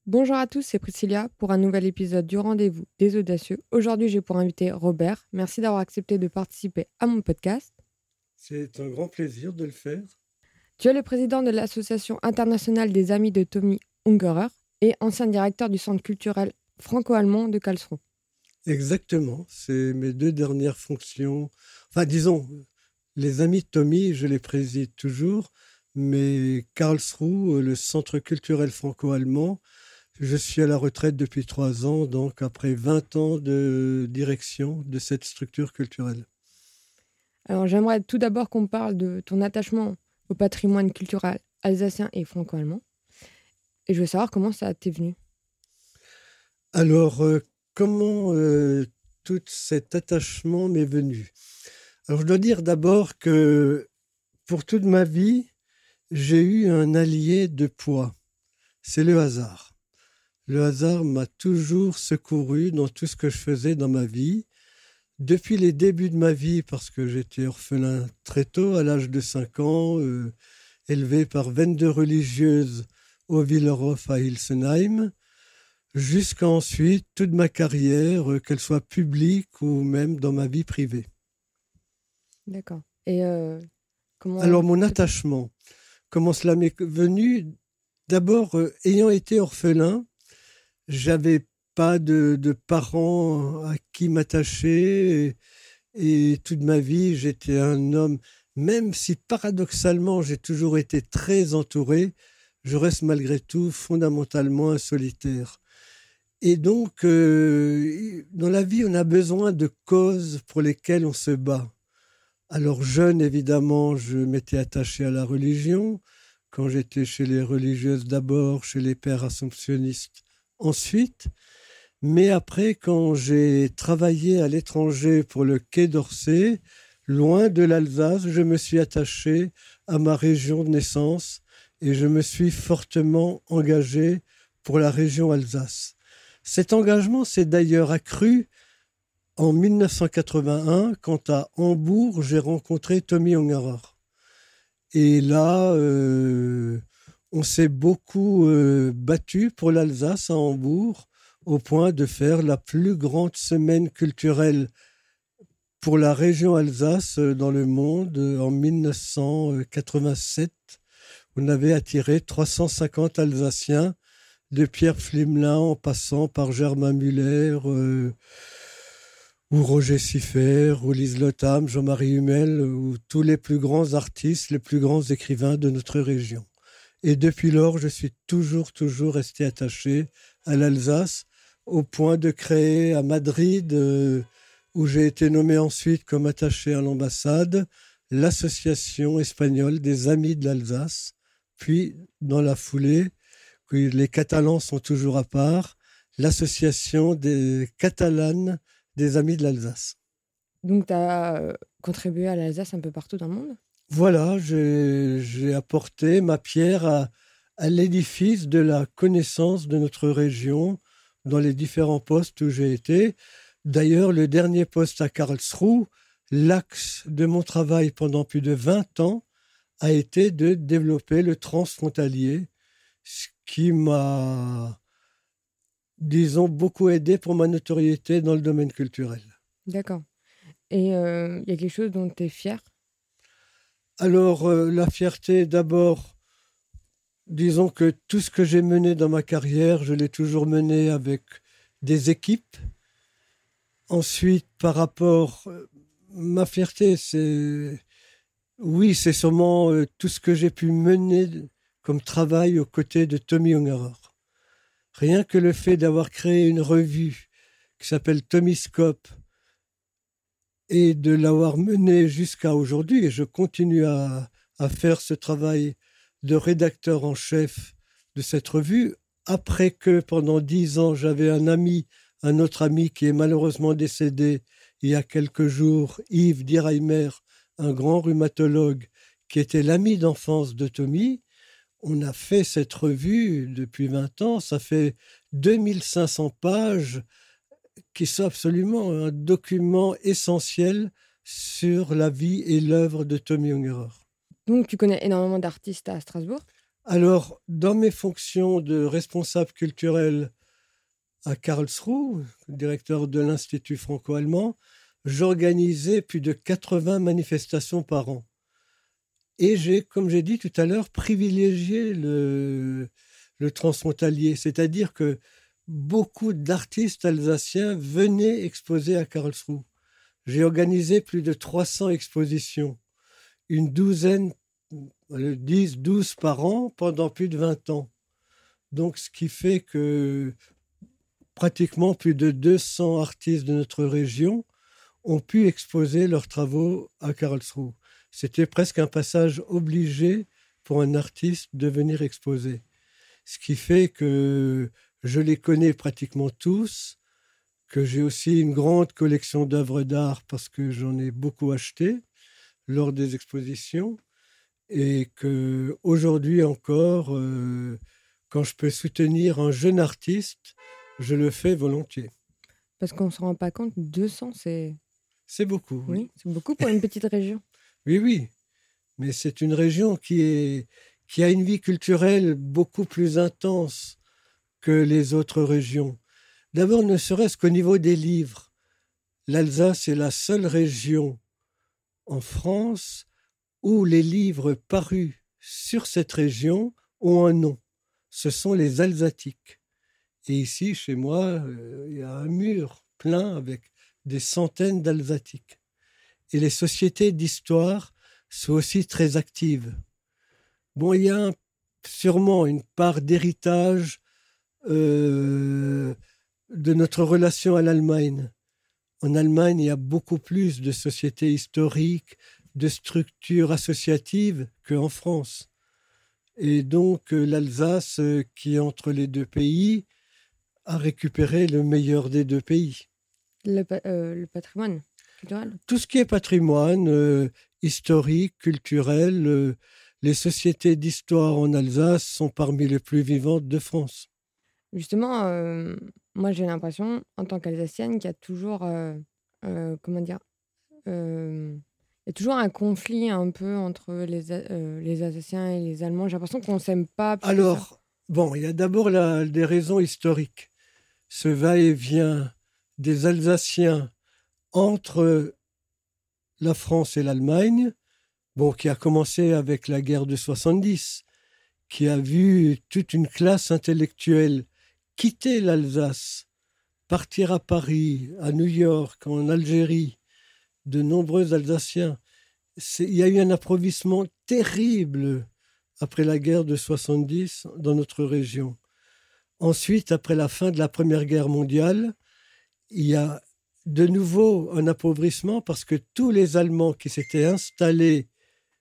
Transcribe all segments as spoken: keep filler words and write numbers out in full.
Bonjour à tous, c'est Priscilla pour un nouvel épisode du Rendez-vous des Audacieux. Aujourd'hui, j'ai pour invité Robert. Merci d'avoir accepté de participer à mon podcast. C'est un grand plaisir de le faire. Tu es le président de l'Association internationale des amis de Tommy Ungerer et ancien directeur du Centre culturel franco-allemand de Karlsruhe. Exactement, c'est mes deux dernières fonctions. Enfin, disons, les amis de Tommy, je les préside toujours, mais Karlsruhe, le Centre culturel franco-allemand, je suis à la retraite depuis trois ans, donc après vingt ans de direction de cette structure culturelle. Alors, j'aimerais tout d'abord qu'on parle de ton attachement au patrimoine culturel alsacien et franco-allemand. Et je veux savoir comment ça t'est venu. Alors, euh, comment euh, tout cet attachement m'est venu? Alors, je dois dire d'abord que pour toute ma vie, j'ai eu un allié de poids. C'est le hasard. Le hasard m'a toujours secouru dans tout ce que je faisais dans ma vie. Depuis les débuts de ma vie, parce que j'étais orphelin très tôt, à l'âge de cinq ans, euh, élevé par vingt-deux religieuses au Villerhof à Ilsenheim, jusqu'à ensuite toute ma carrière, euh, qu'elle soit publique ou même dans ma vie privée. D'accord. Et euh, comment... Alors mon attachement, comment cela m'est venu? D'abord, euh, ayant été orphelin, j'avais pas de, de parents à qui m'attacher et, et toute ma vie, j'étais un homme, même si paradoxalement j'ai toujours été très entouré, je reste malgré tout fondamentalement un solitaire. Et donc, euh, dans la vie, on a besoin de causes pour lesquelles on se bat. Alors jeune, évidemment, je m'étais attaché à la religion. Quand j'étais chez les religieuses d'abord, chez les pères assomptionnistes ensuite. Mais après, quand j'ai travaillé à l'étranger pour le Quai d'Orsay, loin de l'Alsace, je me suis attaché à ma région de naissance et je me suis fortement engagé pour la région Alsace. Cet engagement s'est d'ailleurs accru en dix-neuf cent quatre-vingt-un, quand à Hambourg, j'ai rencontré Tommy Ungerer. Et là, euh, on s'est beaucoup euh, battu pour l'Alsace à Hambourg, au point de faire la plus grande semaine culturelle pour la région Alsace dans le monde en dix-neuf cent quatre-vingt-sept. On avait attiré trois cent cinquante Alsaciens, de Pierre Pflimlin en passant par Germain Müller, euh, ou Roger Siffert, ou Lise Lotham, Jean-Marie Hummel, ou tous les plus grands artistes, les plus grands écrivains de notre région. Et depuis lors, je suis toujours, toujours resté attaché à l'Alsace, au point de créer à Madrid, euh, où j'ai été nommé ensuite comme attaché à l'ambassade, l'association espagnole des Amis de l'Alsace. Puis, dans la foulée, les Catalans sont toujours à part, l'association des Catalanes des Amis de l'Alsace. Donc, tu as contribué à l'Alsace un peu partout dans le monde? Voilà, j'ai, j'ai apporté ma pierre à, à l'édifice de la connaissance de notre région dans les différents postes où j'ai été. D'ailleurs, le dernier poste à Karlsruhe, l'axe de mon travail pendant plus de vingt ans a été de développer le transfrontalier, ce qui m'a, disons, beaucoup aidé pour ma notoriété dans le domaine culturel. D'accord. Et il euh, y a quelque chose dont tu es fier? Alors, euh, la fierté, d'abord, disons que tout ce que j'ai mené dans ma carrière, je l'ai toujours mené avec des équipes. Ensuite, par rapport, euh, ma fierté, c'est, oui, c'est sûrement euh, tout ce que j'ai pu mener comme travail aux côtés de Tommy Ungerer. Rien que le fait d'avoir créé une revue qui s'appelle Tommyscope et de l'avoir menée jusqu'à aujourd'hui, et je continue à, à faire ce travail de rédacteur en chef de cette revue, après que pendant dix ans, j'avais un ami, un autre ami qui est malheureusement décédé il y a quelques jours, Yves Dirheimer, un grand rhumatologue qui était l'ami d'enfance de Tommy. On a fait cette revue depuis vingt ans, ça fait deux mille cinq cents pages qui sont absolument un document essentiel sur la vie et l'œuvre de Tommy Ungerer. Donc, tu connais énormément d'artistes à Strasbourg? Alors, dans mes fonctions de responsable culturel à Karlsruhe, directeur de l'Institut franco-allemand, j'organisais plus de quatre-vingts manifestations par an. Et j'ai, comme j'ai dit tout à l'heure, privilégié le, le transfrontalier, c'est-à-dire que beaucoup d'artistes alsaciens venaient exposer à Karlsruhe. J'ai organisé plus de trois cents expositions, une douzaine, dix, douze par an pendant plus de vingt ans. Donc, ce qui fait que pratiquement plus de deux cents artistes de notre région ont pu exposer leurs travaux à Karlsruhe. C'était presque un passage obligé pour un artiste de venir exposer. Ce qui fait que je les connais pratiquement tous, que j'ai aussi une grande collection d'œuvres d'art parce que j'en ai beaucoup acheté lors des expositions et qu'aujourd'hui encore, euh, quand je peux soutenir un jeune artiste, je le fais volontiers. Parce qu'on ne se rend pas compte, deux cents, c'est... C'est beaucoup. Oui, oui. c'est beaucoup pour une petite région. Oui, oui. Mais c'est une région qui, est, qui a une vie culturelle beaucoup plus intense que les autres régions. D'abord, ne serait-ce qu'au niveau des livres. L'Alsace est la seule région en France où les livres parus sur cette région ont un nom. Ce sont les Alsatiques. Et ici, chez moi, euh, il y a un mur plein avec des centaines d'Alsatiques. Et les sociétés d'histoire sont aussi très actives. Bon, il y a un, sûrement une part d'héritage euh, de notre relation à l'Allemagne. En Allemagne, il y a beaucoup plus de sociétés historiques, de structures associatives qu'en France. Et donc, l'Alsace, qui est entre les deux pays, a récupéré le meilleur des deux pays. Le, euh, le patrimoine culturel. Tout ce qui est patrimoine euh, historique, culturel, euh, les sociétés d'histoire en Alsace sont parmi les plus vivantes de France. Justement, euh, moi j'ai l'impression, en tant qu'Alsacienne, qu'il y a toujours, euh, euh, comment dire, euh, il y a toujours un conflit un peu entre les, euh, les Alsaciens et les Allemands. J'ai l'impression qu'on ne s'aime pas. Alors, bon, il y a d'abord la, des raisons historiques. Ce va-et-vient des Alsaciens entre la France et l'Allemagne, bon, qui a commencé avec la guerre de soixante-dix, qui a vu toute une classe intellectuelle quitter l'Alsace, partir à Paris, à New York, en Algérie, de nombreux Alsaciens. C'est, il y a eu un appauvrissement terrible après la guerre de soixante-dix dans notre région. Ensuite, après la fin de la Première Guerre mondiale, il y a de nouveau un appauvrissement parce que tous les Allemands qui s'étaient installés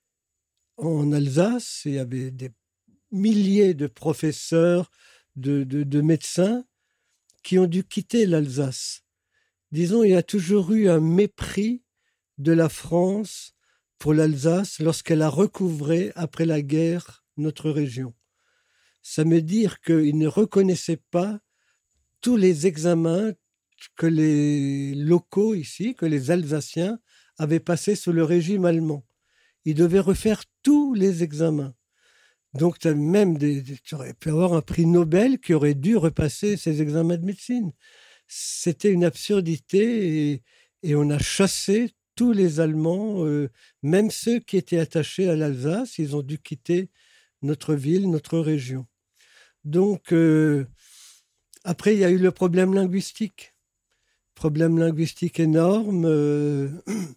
en Alsace, il y avait des milliers de professeurs, de, de, de médecins qui ont dû quitter l'Alsace. Disons, il y a toujours eu un mépris de la France pour l'Alsace lorsqu'elle a recouvré, après la guerre, notre région. Ça veut dire qu'ils ne reconnaissaient pas tous les examens que les locaux ici, que les Alsaciens avaient passés sous le régime allemand. Ils devaient refaire tous les examens. Donc, tu as même des, tu aurais pu avoir un prix Nobel qui aurait dû repasser ces examens de médecine. C'était une absurdité et, et on a chassé tous les Allemands, euh, même ceux qui étaient attachés à l'Alsace, ils ont dû quitter notre ville, notre région. Donc, euh, après, il y a eu le problème linguistique. Problème linguistique énorme, euh,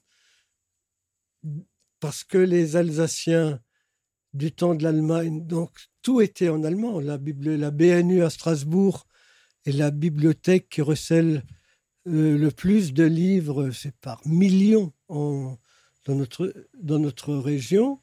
parce que les Alsaciens du temps de l'Allemagne, donc tout était en allemand. La, Bible, la B N U à Strasbourg est la bibliothèque qui recèle euh, le plus de livres, c'est par millions en, dans, notre, dans notre région.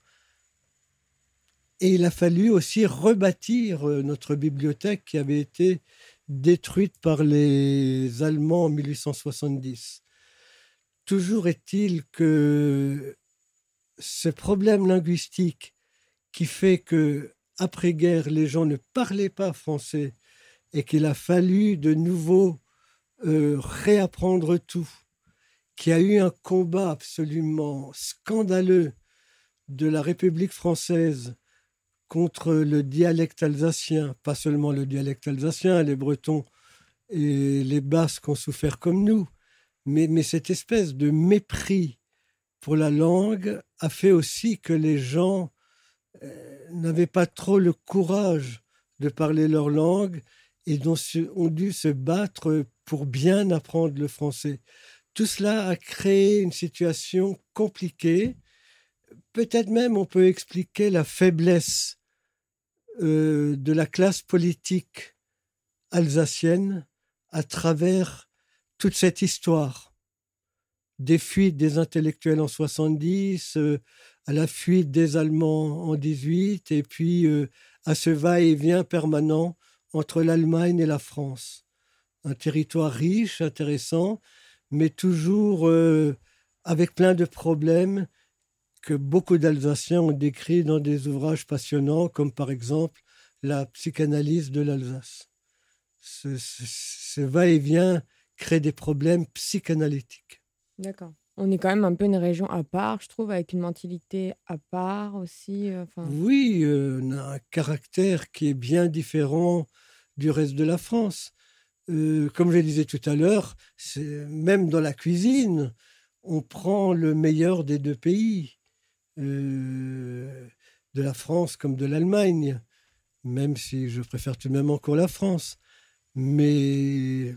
Et il a fallu aussi rebâtir euh, notre bibliothèque qui avait été détruite par les Allemands en mille huit cent soixante-dix. Toujours est-il que ce problème linguistique qui fait que après-guerre, les gens ne parlaient pas français et qu'il a fallu de nouveau euh, réapprendre tout, qu'il y a eu un combat absolument scandaleux de la République française contre le dialecte alsacien, pas seulement le dialecte alsacien, les Bretons et les Basques ont souffert comme nous, mais, mais cette espèce de mépris pour la langue a fait aussi que les gens euh, n'avaient pas trop le courage de parler leur langue et dont ont dû se battre pour bien apprendre le français. Tout cela a créé une situation compliquée. Peut-être même on peut expliquer la faiblesse euh, de la classe politique alsacienne à travers toute cette histoire. Des fuites des intellectuels en soixante-dix, euh, à la fuite des Allemands en dix-huit, et puis euh, à ce va-et-vient permanent entre l'Allemagne et la France. Un territoire riche, intéressant, mais toujours euh, avec plein de problèmes que beaucoup d'Alsaciens ont décrits dans des ouvrages passionnants, comme par exemple la psychanalyse de l'Alsace. Ce, ce, ce va-et-vient crée des problèmes psychanalytiques. D'accord. On est quand même un peu une région à part, je trouve, avec une mentalité à part aussi. euh, Enfin, Oui, euh, on a un caractère qui est bien différent du reste de la France. Euh, comme je le disais tout à l'heure, c'est, même dans la cuisine, on prend le meilleur des deux pays, euh, de la France comme de l'Allemagne, même si je préfère tout de même encore la France. Mais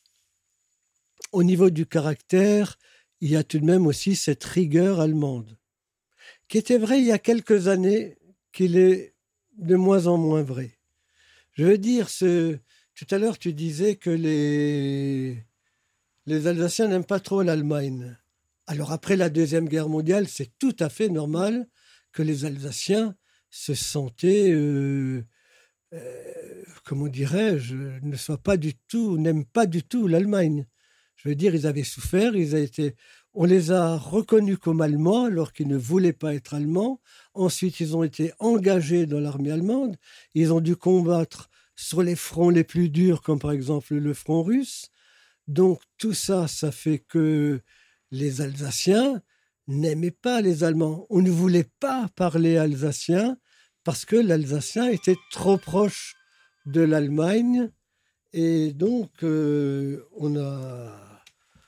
au niveau du caractère, il y a tout de même aussi cette rigueur allemande, qui était vraie il y a quelques années, qu'il est de moins en moins vrai. Je veux dire, ce... tout à l'heure, tu disais que les, les Alsaciens n'aiment pas trop l'Allemagne. Alors après la Deuxième Guerre mondiale, c'est tout à fait normal que les Alsaciens se sentaient, euh, euh, comment dirais-je, ne soient pas du tout, n'aiment pas du tout l'Allemagne. Je veux dire, ils avaient souffert, ils avaient été, on les a reconnus comme Allemands alors qu'ils ne voulaient pas être Allemands. Ensuite, ils ont été engagés dans l'armée allemande. Ils ont dû combattre sur les fronts les plus durs, comme par exemple le front russe. Donc tout ça, ça fait que les Alsaciens n'aimaient pas les Allemands. On ne voulait pas parler alsacien parce que l'Alsacien était trop proche de l'Allemagne. Et donc, euh, on a,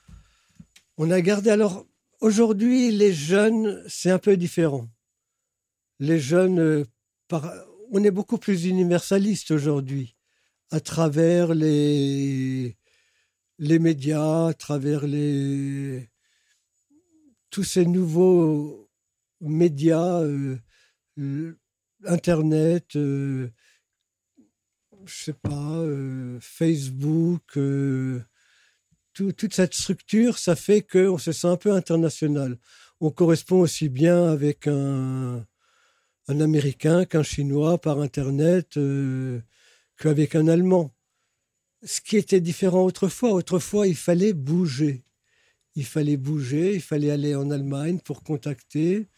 on a gardé. Alors, aujourd'hui, les jeunes, c'est un peu différent. Les jeunes, euh, par, on est beaucoup plus universaliste aujourd'hui, à travers les, les médias, à travers les, tous ces nouveaux médias, euh, euh, Internet, euh, je sais pas, euh, Facebook, euh, tout, toute cette structure, ça fait qu'on se sent un peu international. On correspond aussi bien avec un, un Américain qu'un Chinois par Internet euh, qu'avec un Allemand. Ce qui était différent autrefois, autrefois, il fallait bouger. Il fallait bouger, il fallait aller en Allemagne pour contacter.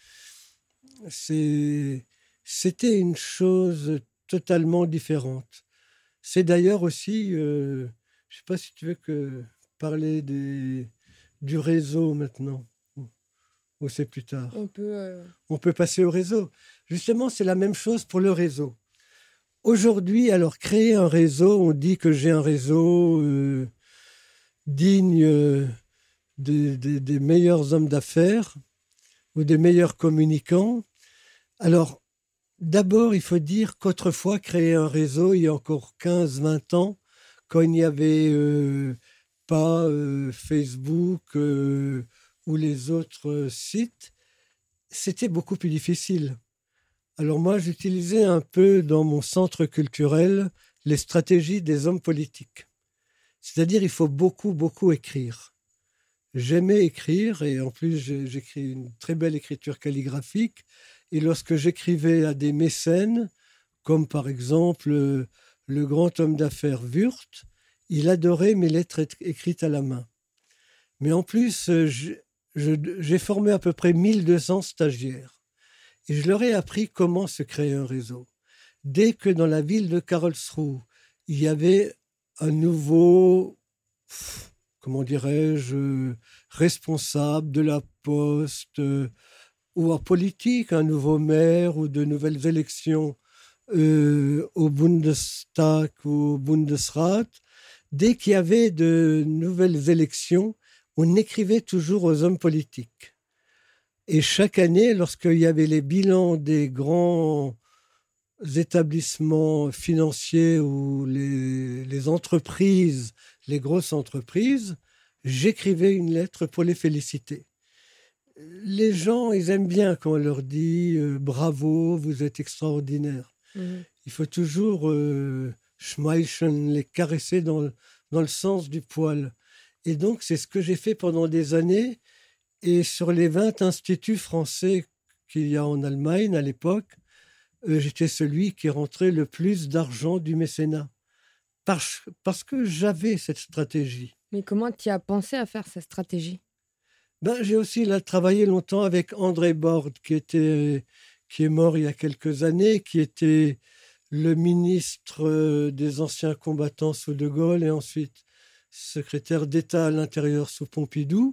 C'est, c'était une chose totalement différente. C'est d'ailleurs aussi, euh, je ne sais pas si tu veux que parler des, du réseau maintenant, ou, ou c'est plus tard. on peut. euh, On peut passer au réseau. Justement, c'est la même chose pour le réseau. Aujourd'hui, alors créer un réseau, on dit que j'ai un réseau euh, digne euh, des, des, des meilleurs hommes d'affaires ou des meilleurs communicants. Alors, d'abord, il faut dire qu'autrefois, créer un réseau, il y a encore quinze vingt ans, quand il n'y avait euh, pas euh, Facebook euh, ou les autres euh, sites, c'était beaucoup plus difficile. Alors moi, j'utilisais un peu dans mon centre culturel les stratégies des hommes politiques. C'est-à-dire, il faut beaucoup, beaucoup écrire. J'aimais écrire et en plus, j'écris une très belle écriture calligraphique. Et lorsque j'écrivais à des mécènes, comme par exemple euh, le grand homme d'affaires Wurth, il adorait mes lettres écrites à la main. Mais en plus, euh, je, je, j'ai formé à peu près mille deux cents stagiaires. Et je leur ai appris comment se créer un réseau. Dès que dans la ville de Karlsruhe, il y avait un nouveau, comment dirais-je, responsable de la poste, euh, ou en politique, un nouveau maire ou de nouvelles élections euh, au Bundestag ou au Bundesrat, dès qu'il y avait de nouvelles élections, on écrivait toujours aux hommes politiques. Et chaque année, lorsqu'il y avait les bilans des grands établissements financiers ou les, les entreprises, les grosses entreprises, j'écrivais une lettre pour les féliciter. Les gens, ils aiment bien quand on leur dit euh, bravo, vous êtes extraordinaire. Mhm. Il faut toujours euh, schmeicheln, les caresser dans, le- dans le sens du poil. Et donc, c'est ce que j'ai fait pendant des années. Et sur les vingt instituts français qu'il y a en Allemagne à l'époque, euh, j'étais celui qui rentrait le plus d'argent du mécénat. Parce, parce que j'avais cette stratégie. Mais comment tu as pensé à faire cette stratégie? Ben, j'ai aussi là, travaillé longtemps avec André Borde, qui, était, qui est mort il y a quelques années, qui était le ministre euh, des anciens combattants sous De Gaulle et ensuite secrétaire d'État à l'intérieur sous Pompidou.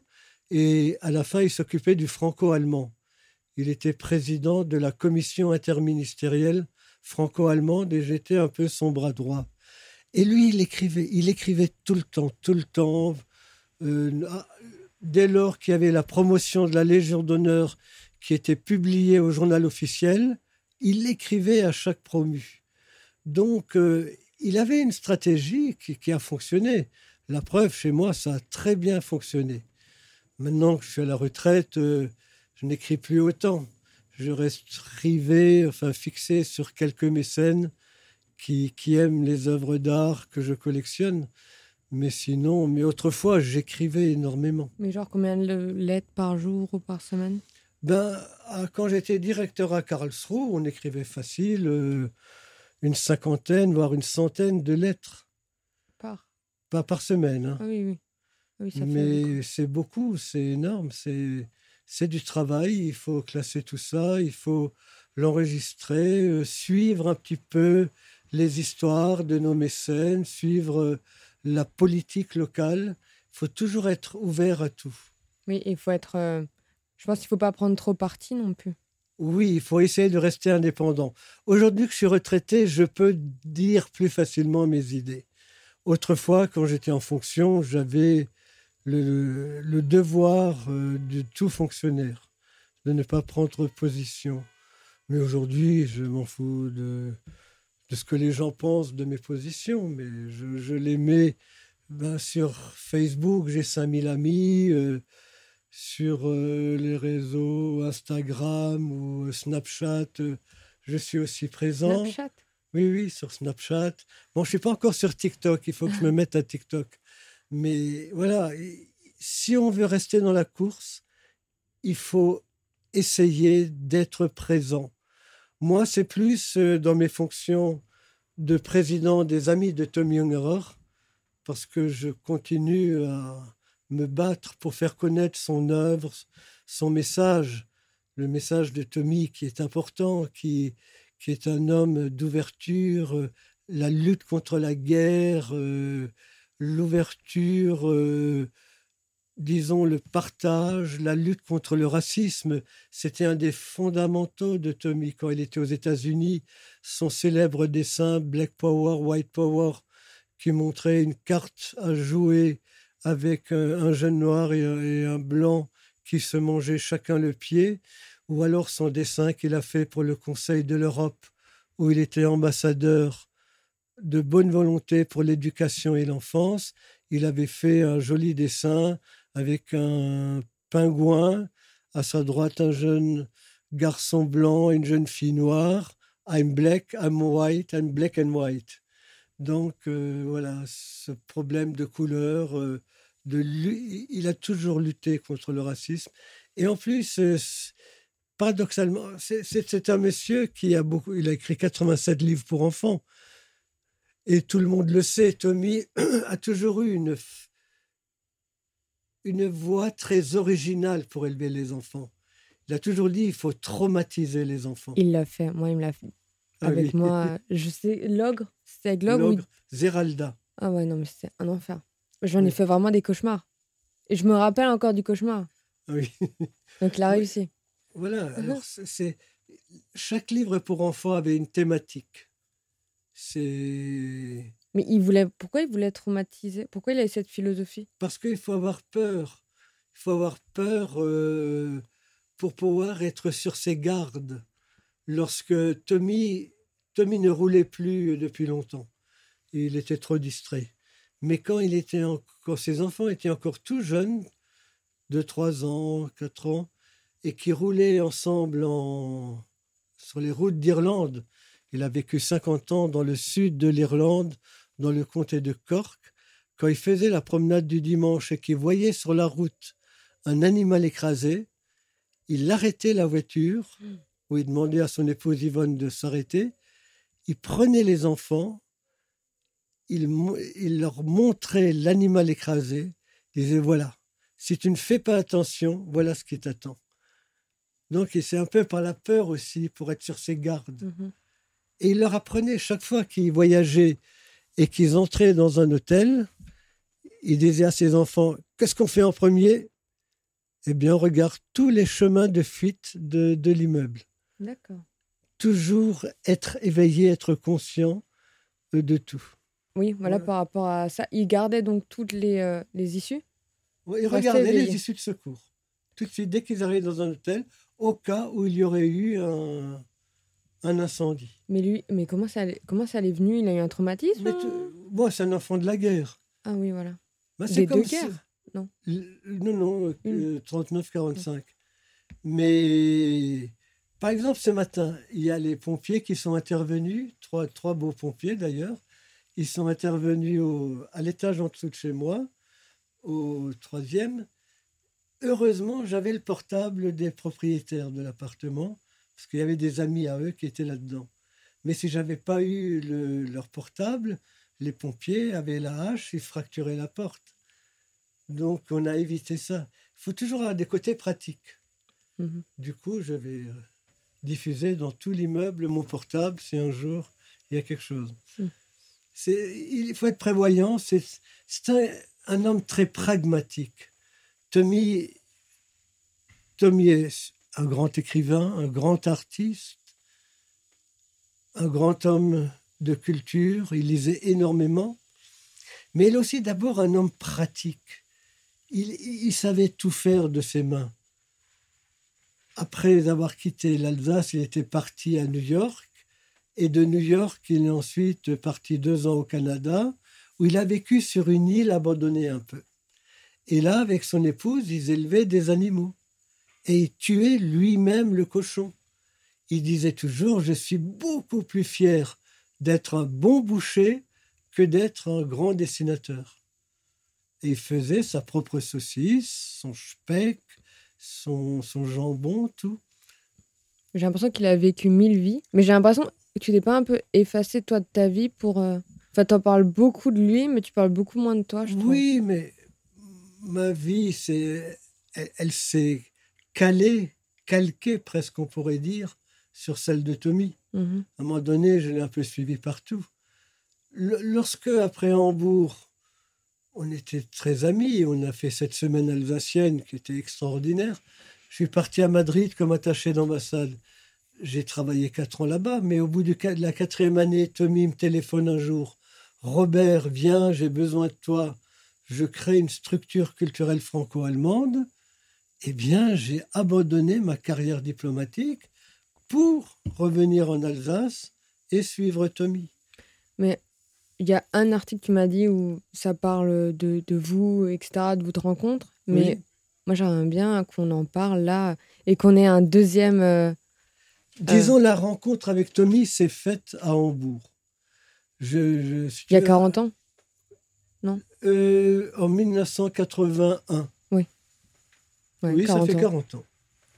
Et à la fin, il s'occupait du franco-allemand. Il était président de la commission interministérielle franco-allemande et j'étais un peu son bras droit. Et lui, il écrivait, il écrivait tout le temps, tout le temps. Euh, dès lors qu'il y avait la promotion de la Légion d'honneur qui était publiée au journal officiel, il l'écrivait à chaque promu. Donc, euh, il avait une stratégie qui, qui a fonctionné. La preuve, chez moi, ça a très bien fonctionné. Maintenant que je suis à la retraite, euh, je n'écris plus autant. Je reste rivé, enfin fixé sur quelques mécènes qui, qui aiment les œuvres d'art que je collectionne. Mais sinon, mais autrefois, j'écrivais énormément. Mais genre combien de lettres par jour ou par semaine? Ben, à- quand j'étais directeur à Karlsruhe, on écrivait facile euh, une cinquantaine, voire une centaine de lettres. Par. Pas par semaine, hein. Ah oui, oui. Ah oui, ça fait beaucoup. Mais c'est beaucoup, c'est énorme, c'est, c'est du travail, il faut classer tout ça, il faut l'enregistrer, euh, suivre un petit peu les histoires de nos mécènes, suivre euh, la politique locale. Il faut toujours être ouvert à tout. Oui, il faut être. euh, Je pense qu'il faut pas prendre trop parti non plus. Oui, il faut essayer de rester indépendant. Aujourd'hui que je suis retraité, je peux dire plus facilement mes idées. Autrefois, quand j'étais en fonction, j'avais le, le devoir euh, de tout fonctionnaire, de ne pas prendre position. Mais aujourd'hui, je m'en fous de, de ce que les gens pensent de mes positions, mais je, je les mets ben, sur Facebook, j'ai cinq mille amis, euh, sur euh, les réseaux Instagram ou Snapchat, euh, je suis aussi présent. Snapchat? Oui, oui, sur Snapchat. Bon, je ne suis pas encore sur TikTok, il faut que je me mette à TikTok. Mais voilà, si on veut rester dans la course, il faut essayer d'être présent. Moi, c'est plus euh, dans mes fonctions de président des Amis de Tommy Ungerer, parce que je continue à me battre pour faire connaître son œuvre, son message, le message de Tommy qui est important, qui, qui est un homme d'ouverture, euh, la lutte contre la guerre, euh, l'ouverture, euh, disons le partage, la lutte contre le racisme. C'était un des fondamentaux de Tommy quand il était aux États-Unis. Son célèbre dessin Black Power, White Power, qui montrait une carte à jouer avec un, un jeune noir et un, et un blanc qui se mangeaient chacun le pied, ou alors son dessin qu'il a fait pour le Conseil de l'Europe, où il était ambassadeur de bonne volonté pour l'éducation et l'enfance. Il avait fait un joli dessin avec un pingouin, à sa droite un jeune garçon blanc et une jeune fille noire. I'm black, I'm white, I'm black and white. Donc euh, voilà, ce problème de couleur, euh, de, il a toujours lutté contre le racisme. Et en plus, euh, paradoxalement, c'est, c'est, c'est un monsieur qui a beaucoup, il a écrit quatre-vingt-sept livres pour enfants. Et tout le monde le sait, Tommy a toujours eu une, une voix très originale pour élever les enfants. Il a toujours dit il faut traumatiser les enfants. Il l'a fait, moi il me l'a fait. Ah Avec oui. moi, je sais, l'ogre, c'était avec l'ogre. L'ogre, oui. Zeralda. Ah ouais, non, mais c'était un enfer. J'en Oui. ai fait vraiment des cauchemars. Et je me rappelle encore du cauchemar. Oui. Donc il a Oui. réussi. Voilà, alors c'est, c'est- chaque livre pour enfants avait une thématique. C'est... Mais il voulait, pourquoi il voulait traumatiser? Pourquoi il a cette philosophie? Parce qu'il faut avoir peur. Il faut avoir peur euh, pour pouvoir être sur ses gardes. Lorsque Tommy, Tommy ne roulait plus depuis longtemps, il était trop distrait. Mais quand, il était en, quand ses enfants étaient encore tout jeunes, de trois ans, quatre ans, et qui roulaient ensemble en, sur les routes d'Irlande, il a vécu cinquante ans dans le sud de l'Irlande, dans le comté de Cork. Quand il faisait la promenade du dimanche et qu'il voyait sur la route un animal écrasé, il arrêtait la voiture, où il demandait à son épouse Yvonne de s'arrêter. Il prenait les enfants, il, il leur montrait l'animal écrasé, il disait voilà, si tu ne fais pas attention, voilà ce qui t'attend. Donc c'est un peu par la peur aussi, pour être sur ses gardes. Mmh. Et il leur apprenait chaque fois qu'ils voyageaient et qu'ils entraient dans un hôtel, il disait à ses enfants, qu'est-ce qu'on fait en premier? Eh bien, on regarde tous les chemins de fuite de, de l'immeuble. D'accord. Toujours être éveillé, être conscient de tout. Oui, voilà, voilà. Par rapport à ça. Il gardait donc toutes les, euh, les issues? Oui, il regardait les issues de secours. Tout de suite, dès qu'ils arrivaient dans un hôtel, au cas où il y aurait eu un, un incendie. Mais lui, mais comment ça, comment ça l'est venu? Il a eu un traumatisme? Mais tu, bon, c'est un enfant de la guerre. Ah oui, voilà. Ben, Des deux guerres? Non. Non, non, euh, trente-neuf quarante-cinq. Mais, par exemple, ce matin, il y a les pompiers qui sont intervenus, trois, trois beaux pompiers d'ailleurs. Ils sont intervenus au, à l'étage en dessous de chez moi, au troisième. Heureusement, j'avais le portable des propriétaires de l'appartement, parce qu'il y avait des amis à eux qui étaient là-dedans. Mais si je n'avais pas eu le, leur portable, les pompiers avaient la hache, ils fracturaient la porte. Donc, on a évité ça. Il faut toujours avoir des côtés pratiques. Mmh. Du coup, je vais diffuser dans tout l'immeuble mon portable si un jour il y a quelque chose. Mmh. C'est, il faut être prévoyant. C'est, c'est un, un homme très pragmatique. Tommy, Tommy est un grand écrivain, un grand artiste, un grand homme de culture. Il lisait énormément. Mais il est aussi d'abord un homme pratique. Il, il savait tout faire de ses mains. Après avoir quitté l'Alsace, il était parti à New York. Et de New York, il est ensuite parti deux ans au Canada, où il a vécu sur une île abandonnée un peu. Et là, avec son épouse, ils élevaient des animaux. Et il tuait lui-même le cochon. Il disait toujours, je suis beaucoup plus fier d'être un bon boucher que d'être un grand dessinateur. Et il faisait sa propre saucisse, son speck, son, son jambon, tout. J'ai l'impression qu'il a vécu mille vies, mais j'ai l'impression que tu t'es pas un peu effacé, toi, de ta vie pour... Euh... Enfin, t'en parles beaucoup de lui, mais tu parles beaucoup moins de toi, je trouve. Oui, mais ma vie, c'est... Elle, elle s'est calée, calquée, presque, on pourrait dire, sur celle de Tommy. Mm-hmm. À un moment donné, je l'ai un peu suivi partout. Le, lorsque, après Hambourg, on était très amis, on a fait cette semaine alsacienne qui était extraordinaire. Je suis parti à Madrid comme attaché d'ambassade. J'ai travaillé quatre ans là-bas, mais au bout de la quatrième année, Tommy me téléphone un jour. « Robert, viens, j'ai besoin de toi. Je crée une structure culturelle franco-allemande. » Eh bien, j'ai abandonné ma carrière diplomatique pour revenir en Alsace et suivre Tommy. Mais il y a un article qui m'a dit où ça parle de, de vous, et cetera, de votre rencontre. Mais oui. Moi, j'aimerais bien qu'on en parle là et qu'on ait un deuxième... Euh, Disons, euh... la rencontre avec Tommy s'est faite à Hambourg. Je, je, si il y a quarante ans? Non euh, En dix-neuf cent quatre-vingt-un. Oui. Ouais, oui, ça fait quarante ans.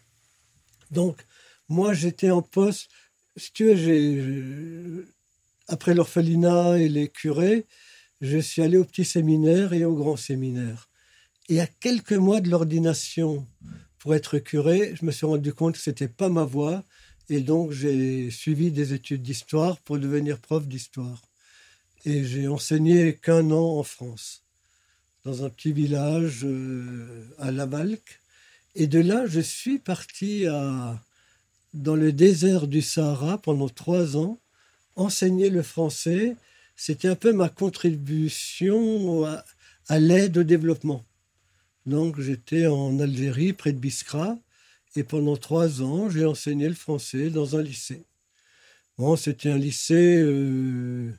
Donc, moi, j'étais en poste. Si tu veux, j'ai, j'ai, après l'orphelinat et les curés, je suis allé au petit séminaire et au grand séminaire. Et à quelques mois de l'ordination pour être curé, je me suis rendu compte que ce n'était pas ma voie. Et donc, j'ai suivi des études d'histoire pour devenir prof d'histoire. Et j'ai enseigné qu'un an en France, dans un petit village euh, à Lavalque. Et de là, je suis parti à, dans le désert du Sahara pendant trois ans, enseigner le français, c'était un peu ma contribution à, à l'aide au développement. Donc j'étais en Algérie, près de Biskra, et pendant trois ans, j'ai enseigné le français dans un lycée. Bon, c'était un lycée, euh,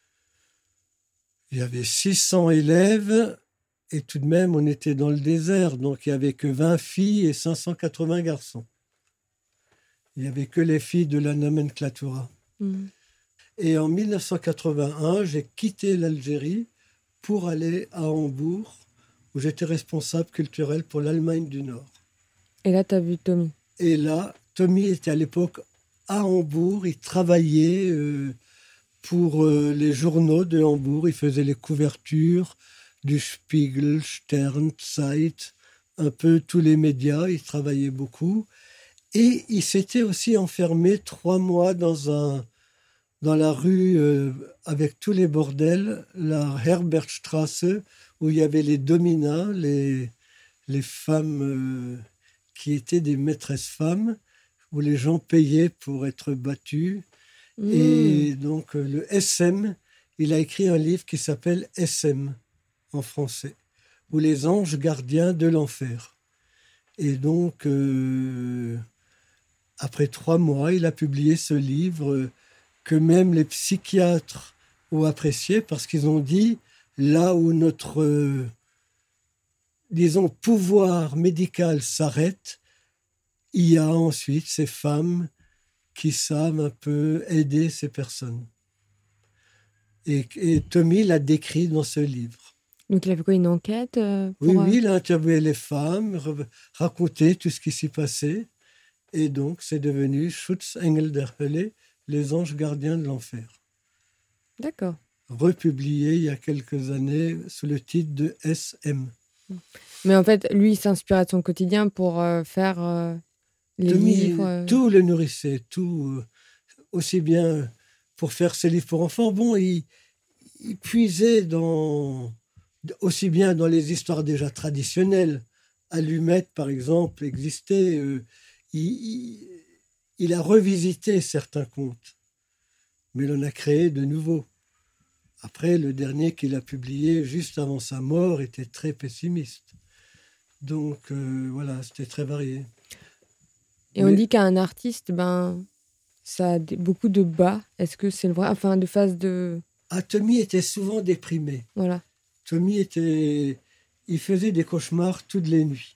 il y avait six cents élèves, et tout de même, on était dans le désert, donc il n'y avait que vingt filles et cinq cent quatre-vingts garçons. Il n'y avait que les filles de la nomenclatura. Mmh. Et en mille neuf cent quatre-vingt-un, j'ai quitté l'Algérie pour aller à Hambourg, où j'étais responsable culturel pour l'Allemagne du Nord. Et là, tu as vu Tommy. Et là, Tommy était à l'époque à Hambourg. Il travaillait euh, pour euh, les journaux de Hambourg. Il faisait les couvertures du Spiegel, Stern, Zeit, un peu tous les médias. Il travaillait beaucoup. Et il s'était aussi enfermé trois mois dans un... dans la rue euh, avec tous les bordels, la Herbertstrasse, où il y avait les dominas, les, les femmes euh, qui étaient des maîtresses femmes, où les gens payaient pour être battus. Mmh. Et donc euh, le S M, il a écrit un livre qui s'appelle S M en français, ou les anges gardiens de l'enfer. Et donc, euh, après trois mois, il a publié ce livre euh, que même les psychiatres ont apprécié parce qu'ils ont dit, là où notre, euh, disons, pouvoir médical s'arrête, il y a ensuite ces femmes qui savent un peu aider ces personnes. Et, et Tommy l'a décrit dans ce livre. Donc il a fait quoi, une enquête euh, pour... Oui, oui, il a interviewé les femmes, raconté tout ce qui s'y passait. Et donc, c'est devenu Schutzengel der Hölle, les anges gardiens de l'enfer. D'accord. Republié il y a quelques années sous le titre de S M. Mais en fait, lui, il s'inspirait de son quotidien pour euh, faire euh, les Tommy, livres. Euh... Tout le nourrissait, tout, euh, aussi bien pour faire ses livres pour enfants. Bon, il, il puisait dans, aussi bien dans les histoires déjà traditionnelles. Allumette, par exemple, existait. Euh, il, il, il a revisité certains contes, mais il en a créé de nouveaux. Après, le dernier qu'il a publié juste avant sa mort était très pessimiste. Donc, euh, voilà, c'était très varié. Et mais... on dit qu'un artiste, ben, ça a des, beaucoup de bas. Est-ce que c'est le vrai? Enfin, de phase de... Ah, Tommy était souvent déprimé. Voilà. Tommy était... Il faisait des cauchemars toutes les nuits.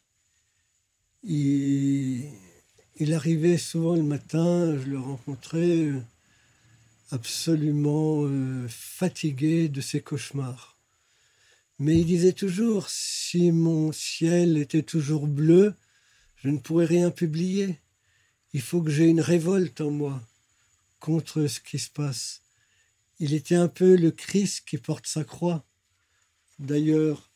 Il, il arrivait souvent le matin, je le rencontrais... absolument euh, fatigué de ses cauchemars. Mais il disait toujours, si mon ciel était toujours bleu, je ne pourrais rien publier. Il faut que j'ai une révolte en moi contre ce qui se passe. Il était un peu le Christ qui porte sa croix. D'ailleurs,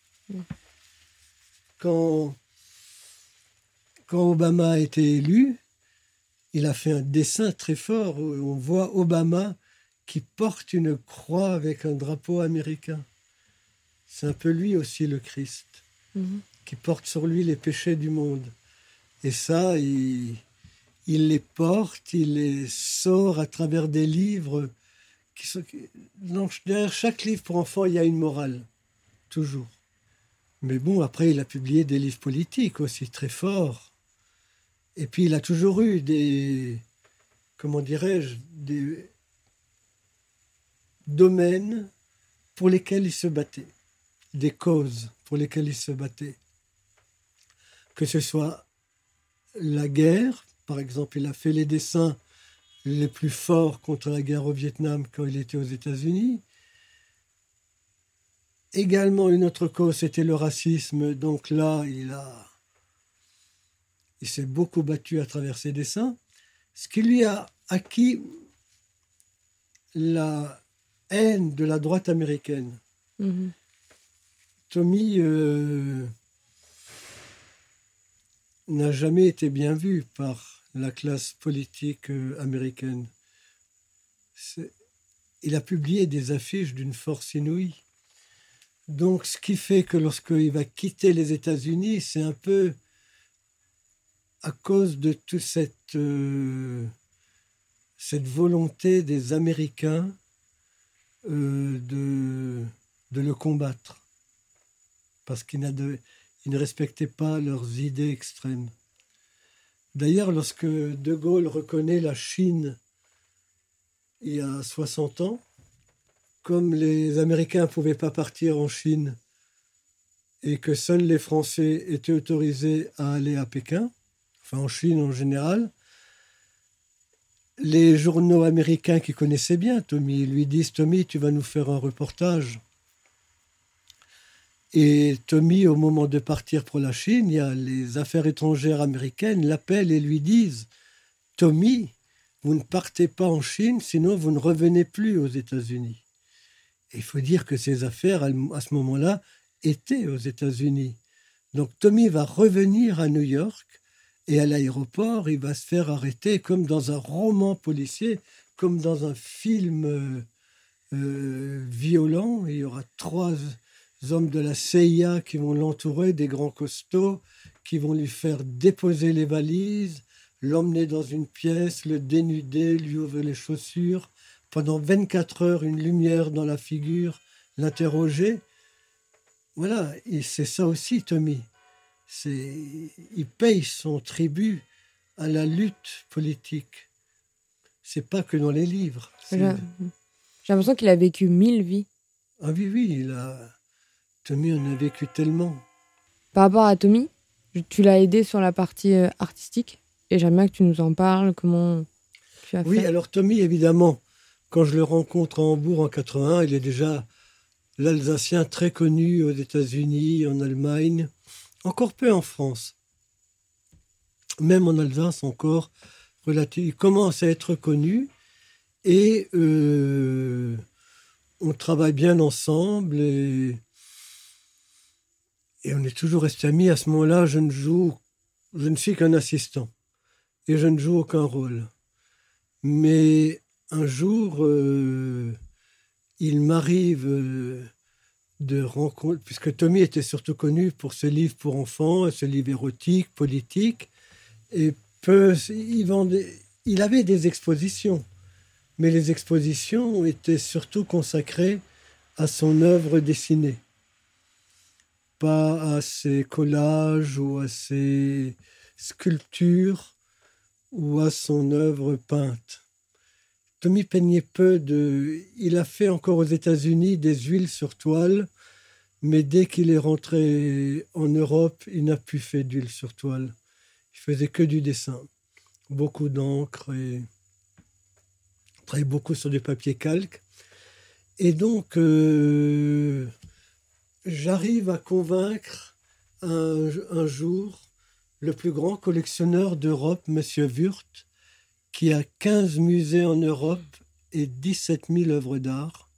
quand, quand Obama a été élu, il a fait un dessin très fort où on voit Obama qui porte une croix avec un drapeau américain. C'est un peu lui aussi le Christ, mmh. qui porte sur lui les péchés du monde. Et ça, il, il les porte, il les sort à travers des livres. Qui sont, dans, derrière chaque livre pour enfants, il y a une morale, toujours. Mais bon, après, il a publié des livres politiques aussi très forts. Et puis, il a toujours eu des, comment dirais-je, des domaines pour lesquels il se battait, des causes pour lesquelles il se battait. Que ce soit la guerre, par exemple, il a fait les dessins les plus forts contre la guerre au Vietnam quand il était aux États-Unis. Également, une autre cause, c'était le racisme. Donc là, il a... Il s'est beaucoup battu à travers ses dessins, ce qui lui a acquis la haine de la droite américaine. Mmh. Tommy euh, n'a jamais été bien vu par la classe politique euh, américaine. C'est... Il a publié des affiches d'une force inouïe. Donc, ce qui fait que lorsqu'il va quitter les États-Unis, c'est un peu... à cause de toute cette, euh, cette volonté des Américains euh, de, de le combattre, parce qu'ils de, ils ne respectaient pas leurs idées extrêmes. D'ailleurs, lorsque De Gaulle reconnaît la Chine il y a soixante ans, comme les Américains ne pouvaient pas partir en Chine et que seuls les Français étaient autorisés à aller à Pékin, enfin en Chine en général, les journaux américains qui connaissaient bien Tommy lui disent « Tommy, tu vas nous faire un reportage ». Et Tommy, au moment de partir pour la Chine, il y a les affaires étrangères américaines l'appellent et lui disent « Tommy, vous ne partez pas en Chine, sinon vous ne revenez plus aux États-Unis ». Et il faut dire que ces affaires, à ce moment-là, étaient aux États-Unis. Donc Tommy va revenir à New York et à l'aéroport, il va se faire arrêter comme dans un roman policier, comme dans un film euh, euh, violent. Il y aura trois hommes de la C I A qui vont l'entourer, des grands costauds, qui vont lui faire déposer les valises, l'emmener dans une pièce, le dénuder, lui ouvrir les chaussures, pendant vingt-quatre heures, une lumière dans la figure, l'interroger. Voilà, et c'est ça aussi, Tommy. C'est, il paye son tribut à la lutte politique. C'est pas que dans les livres. J'ai, j'ai l'impression qu'il a vécu mille vies. Ah oui, oui, il a... Tommy en a vécu tellement. Par rapport à Tommy, tu l'as aidé sur la partie euh, artistique et j'aimerais que tu nous en parles, comment tu as oui, fait. Oui, alors Tommy, évidemment, quand je le rencontre à Hambourg en quatre-vingt-un, il est déjà l'Alsacien très connu aux États-Unis, en Allemagne, encore peu en France. Même en Alsace, encore relatif. Il commence à être connu et euh, on travaille bien ensemble et, et on est toujours restés amis. À ce moment-là, je ne joue, je ne suis qu'un assistant et je ne joue aucun rôle. Mais un jour, euh, il m'arrive euh, de rencontrer, puisque Tommy était surtout connu pour ce livre pour enfants, ce livre érotique, politique, et peu, il, vendait, il avait des expositions, mais les expositions étaient surtout consacrées à son œuvre dessinée, pas à ses collages ou à ses sculptures ou à son œuvre peinte. Tommy peignait peu de... Il a fait encore aux États-Unis des huiles sur toile, mais dès qu'il est rentré en Europe, il n'a plus fait d'huile sur toile. Il faisait que du dessin, beaucoup d'encre et travaillait beaucoup sur du papier calque. Et donc, euh, j'arrive à convaincre un, un jour le plus grand collectionneur d'Europe, M. Wurth, qui a quinze musées en Europe et dix-sept mille œuvres d'art.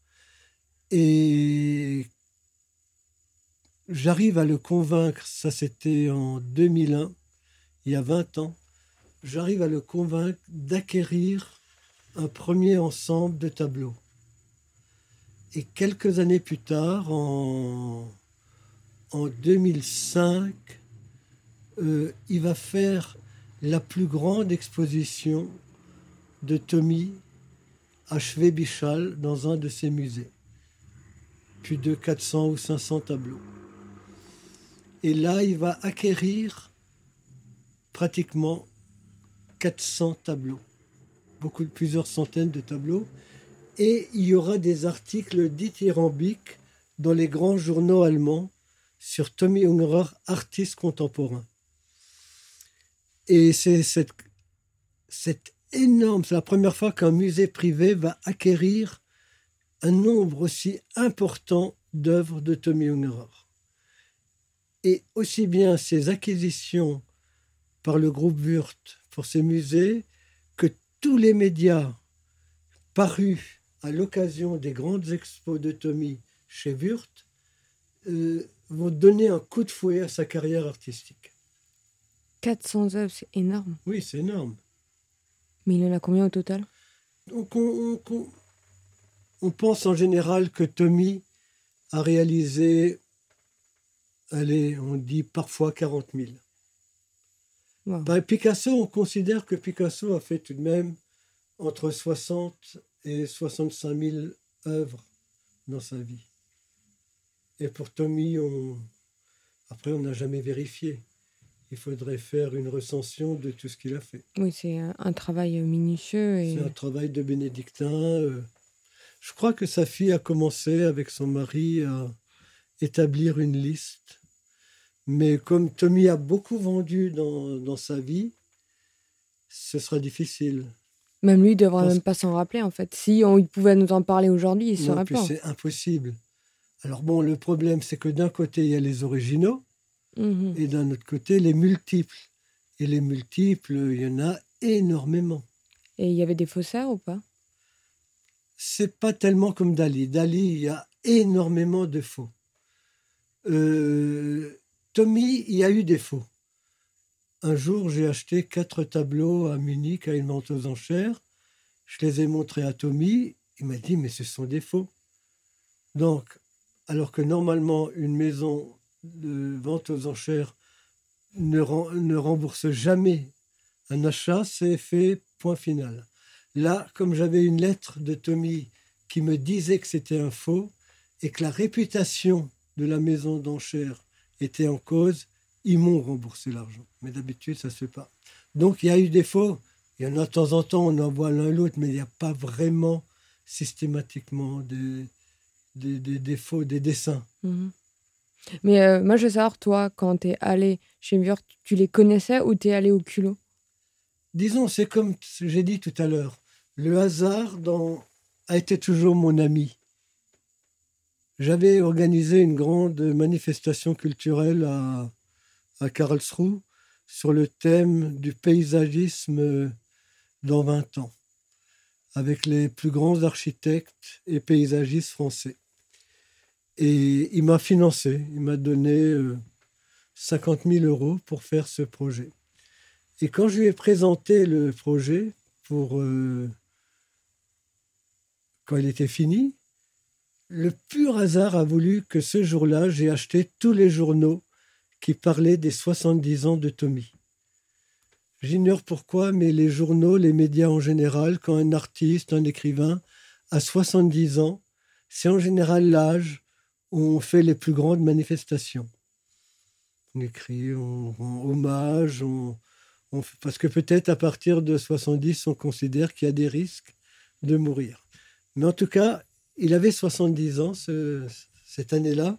Et j'arrive à le convaincre, ça c'était en deux mille un, il y a vingt ans, j'arrive à le convaincre d'acquérir un premier ensemble de tableaux. Et quelques années plus tard, en, en deux mille cinq, euh, il va faire la plus grande exposition de Tommy à Schwäbisch Hall dans un de ses musées. Plus de quatre cents ou cinq cents tableaux. Et là, il va acquérir pratiquement quatre cents tableaux, beaucoup, plusieurs centaines de tableaux. Et il y aura des articles dithyrambiques dans les grands journaux allemands sur Tommy Ungerer, artiste contemporain. Et c'est cette, cette énorme, c'est la première fois qu'un musée privé va acquérir un nombre aussi important d'œuvres de Tommy Ungerer. Et aussi bien ses acquisitions par le groupe Wurth pour ses musées que tous les médias parus à l'occasion des grandes expos de Tommy chez Wurth euh, vont donner un coup de fouet à sa carrière artistique. quatre cents œuvres, c'est énorme. Oui, c'est énorme. Mais il en a combien au total ? Donc on, on, on pense en général que Tommy a réalisé, allez, on dit parfois quarante mille. Wow. Par Picasso, on considère que Picasso a fait tout de même entre soixante et soixante-cinq mille œuvres dans sa vie. Et pour Tommy, on... après, on n'a jamais vérifié. Il faudrait faire une recension de tout ce qu'il a fait. Oui, c'est un travail minutieux. Et... C'est un travail de bénédictin. Je crois que sa fille a commencé avec son mari à établir une liste. Mais comme Tommy a beaucoup vendu dans, dans sa vie, ce sera difficile. Même lui, il ne devrait Parce... même pas s'en rappeler, en fait. Si on, il pouvait nous en parler aujourd'hui, il ne saurait pas. C'est impossible. Alors bon, le problème, c'est que d'un côté, il y a les originaux, mmh. et d'un autre côté, les multiples. Et les multiples, il y en a énormément. Et il y avait des faussaires ou pas? C'est pas tellement comme Dali. Dali, il y a énormément de faux. Euh, Tommy, il y a eu des faux. Un jour, j'ai acheté quatre tableaux à Munich à une vente aux enchères. Je les ai montrés à Tommy. Il m'a dit, mais ce sont des faux. Donc, alors que normalement, une maison de vente aux enchères ne, rem- ne rembourse jamais un achat, c'est fait, point final. Là, comme j'avais une lettre de Tommy qui me disait que c'était un faux et que la réputation de la maison d'enchères était en cause, ils m'ont remboursé l'argent. Mais d'habitude, ça ne se fait pas. Donc, il y a eu des faux. Il y en a de temps en temps, on en voit l'un l'autre, mais il n'y a pas vraiment systématiquement des, des, des, des faux, des dessins. Mmh. Mais euh, moi, je veux savoir, toi, quand tu es allé chez Wörth, tu les connaissais ou tu es allé au culot? Disons, c'est comme j'ai dit tout à l'heure, le hasard dans... a été toujours mon ami. J'avais organisé une grande manifestation culturelle à, à Karlsruhe sur le thème du paysagisme dans vingt ans, avec les plus grands architectes et paysagistes français. Et il m'a financé, il m'a donné euh, cinquante mille euros pour faire ce projet. Et quand je lui ai présenté le projet, pour, euh, quand il était fini, le pur hasard a voulu que ce jour-là, j'ai acheté tous les journaux qui parlaient des soixante-dix ans de Tommy. J'ignore pourquoi, mais les journaux, les médias en général, quand un artiste, un écrivain a soixante-dix ans, c'est en général l'âge où on fait les plus grandes manifestations. On écrit, on rend hommage, on... On, parce que peut-être à partir de soixante-dix, on considère qu'il y a des risques de mourir. Mais en tout cas, il avait soixante-dix ans ce, cette année-là.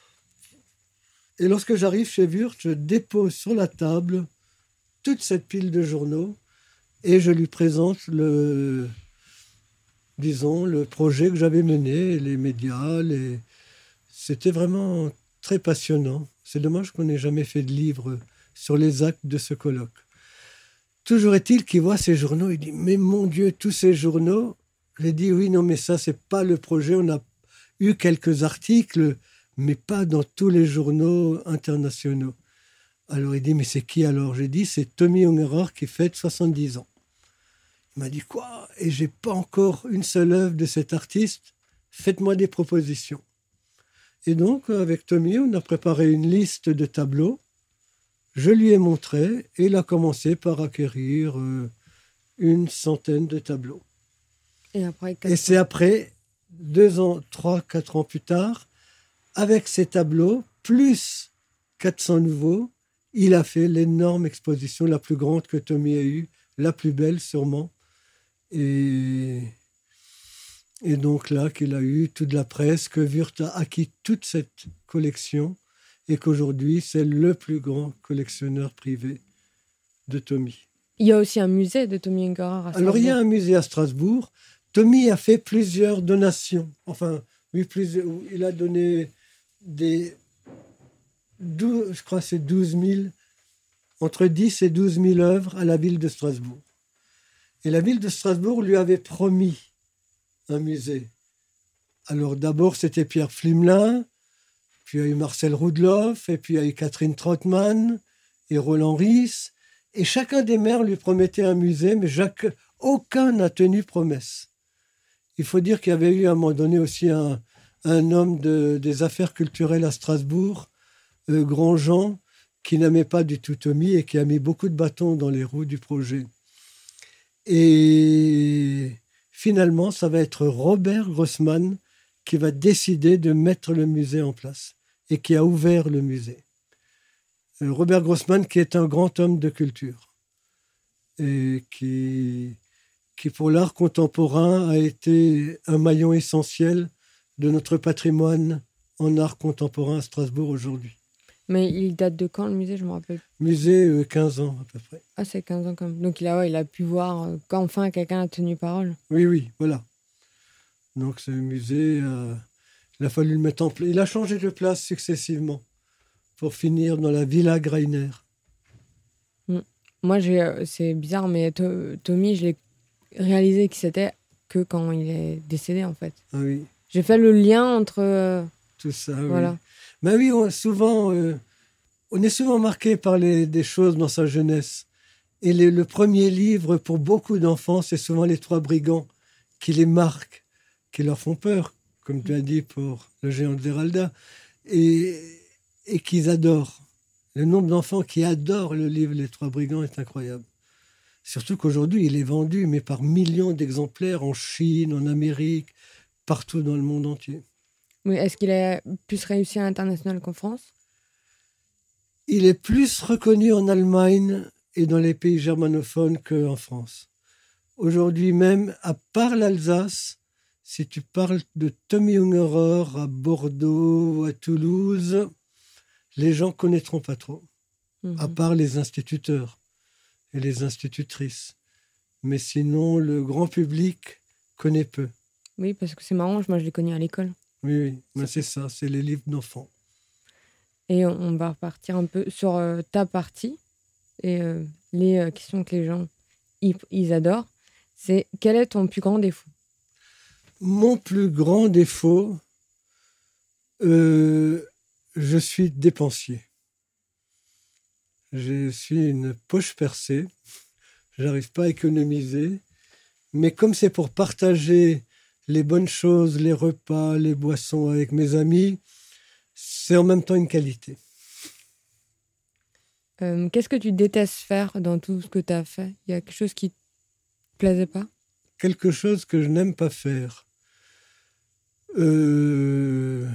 Et lorsque j'arrive chez Wörth, je dépose sur la table toute cette pile de journaux et je lui présente le, disons, le projet que j'avais mené, les médias. Les... C'était vraiment très passionnant. C'est dommage qu'on n'ait jamais fait de livre sur les actes de ce colloque. Toujours est-il qu'il voit ces journaux, il dit « Mais mon Dieu, tous ces journaux !» J'ai dit « Oui, non, mais ça, c'est pas le projet. On a eu quelques articles, mais pas dans tous les journaux internationaux. » Alors il dit « Mais c'est qui alors ?» J'ai dit « C'est Tommy Ungerer qui fête soixante-dix ans. » Il m'a dit « Quoi ? Et j'ai pas encore une seule œuvre de cet artiste. Faites-moi des propositions. » Et donc, avec Tommy, on a préparé une liste de tableaux. Je lui ai montré et il a commencé par acquérir euh, une centaine de tableaux. Et, après, et c'est après, deux ans, trois, quatre ans plus tard, avec ces tableaux, plus quatre cents nouveaux, il a fait l'énorme exposition, la plus grande que Tommy a eue, la plus belle sûrement. Et, et donc là, qu'il a eu toute la presse, que Wörth a acquis toute cette collection, et qu'aujourd'hui, c'est le plus grand collectionneur privé de Tommy. Il y a aussi un musée de Tommy Ungerer à Strasbourg. Alors, il y a un musée à Strasbourg. Tommy a fait plusieurs donations. Enfin, oui, plusieurs, il a donné des... douze, je crois que c'est douze mille, entre dix et douze mille œuvres à la ville de Strasbourg. Et la ville de Strasbourg lui avait promis un musée. Alors, d'abord, c'était Pierre Flimelin, puis il y a eu Marcel Roudloff, et puis il y a eu Catherine Trottmann et Roland Ries. Et chacun des maires lui promettait un musée, mais Jacques, aucun n'a tenu promesse. Il faut dire qu'il y avait eu à un moment donné aussi un, un homme de, des affaires culturelles à Strasbourg, euh, Grandjean, qui n'aimait pas du tout Tommy et qui a mis beaucoup de bâtons dans les roues du projet. Et finalement, ça va être Robert Grossman qui va décider de mettre le musée en place et qui a ouvert le musée. Euh, Robert Grossman, qui est un grand homme de culture et qui, qui pour l'art contemporain, a été un maillon essentiel de notre patrimoine en art contemporain à Strasbourg aujourd'hui. Mais il date de quand, le musée? Je me rappelle. Musée, euh, quinze ans à peu près. Ah, c'est quinze ans quand même. Donc il a, ouais, il a pu voir euh, qu'enfin quelqu'un a tenu parole. Oui, oui, voilà. Donc ce musée, euh, il a fallu le mettre en place. Il a changé de place successivement pour finir dans la Villa Greiner. Mm. Moi, j'ai, euh, c'est bizarre, mais to- Tommy, je l'ai réalisé que c'était que quand il est décédé, en fait. Ah oui, J'ai fait le lien entre... euh, tout ça, voilà. oui. Mais oui, on, souvent, euh, on est souvent marqué par les, des choses dans sa jeunesse. Et les- le premier livre, pour beaucoup d'enfants, c'est souvent Les Trois Brigands qui les marquent, qui leur font peur, comme tu as dit pour Le Géant de Zeralda, et, et qu'ils adorent. Le nombre d'enfants qui adorent le livre Les Trois Brigands est incroyable. Surtout qu'aujourd'hui, il est vendu, mais par millions d'exemplaires en Chine, en Amérique, partout dans le monde entier. Mais est-ce qu'il a plus réussi à l'international qu'en France? Il est plus reconnu en Allemagne et dans les pays germanophones qu'en France. Aujourd'hui même, à part l'Alsace, si tu parles de Tommy Ungerer à Bordeaux, à Toulouse, les gens connaîtront pas trop, Mhm. à part les instituteurs et les institutrices. Mais sinon, le grand public connaît peu. Oui, parce que c'est marrant, moi je l'ai connu à l'école. Oui, oui, mais c'est ça, c'est les livres d'enfants. Et on, on va repartir un peu sur euh, ta partie et euh, les euh, questions que les gens ils, ils adorent. C'est quel est ton plus grand défaut? Mon plus grand défaut, euh, je suis dépensier. Je suis une poche percée. J'arrive pas à économiser. Mais comme c'est pour partager les bonnes choses, les repas, les boissons avec mes amis, c'est en même temps une qualité. Euh, qu'est-ce que tu détestes faire dans tout ce que tu as fait? Il y a quelque chose qui te plaisait pas? Quelque chose que je n'aime pas faire. Euh,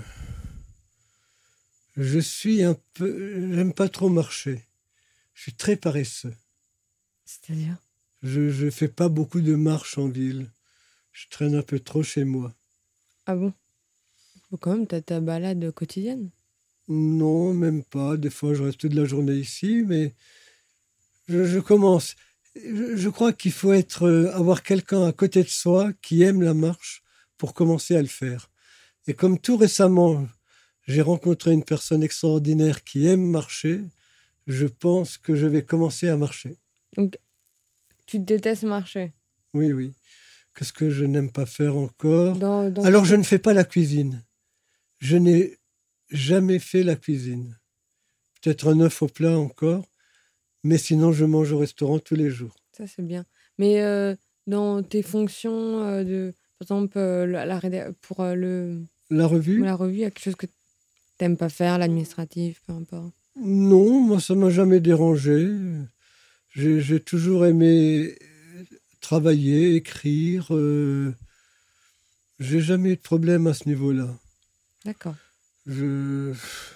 Je suis un peu... J'aime pas trop marcher. Je suis très paresseux. C'est-à-dire? Je ne fais pas beaucoup de marches en ville. Je traîne un peu trop chez moi. Ah bon? Faut quand même, t'as ta balade quotidienne. Non, même pas. Des fois, je reste toute la journée ici, mais je, je commence. Je, je crois qu'il faut être, euh, avoir quelqu'un à côté de soi qui aime la marche pour commencer à le faire. Et comme tout récemment, j'ai rencontré une personne extraordinaire qui aime marcher, je pense que je vais commencer à marcher. Donc, tu détestes marcher. Oui, oui. Qu'est-ce que je n'aime pas faire encore? Dans, dans Alors, je ne fais pas la cuisine. Je n'ai jamais fait la cuisine. Peut-être un œuf au plat encore, mais sinon, je mange au restaurant tous les jours. Ça, c'est bien. Mais euh, dans tes fonctions, euh, de, par exemple, euh, la, la réda- pour euh, le, La revue? la revue, il y a quelque chose que t'aimes pas faire, l'administratif, peu importe. Non, moi, ça m'a jamais dérangé. J'ai, j'ai toujours aimé travailler, écrire. Euh, j'ai jamais eu de problème à ce niveau-là. D'accord. Je...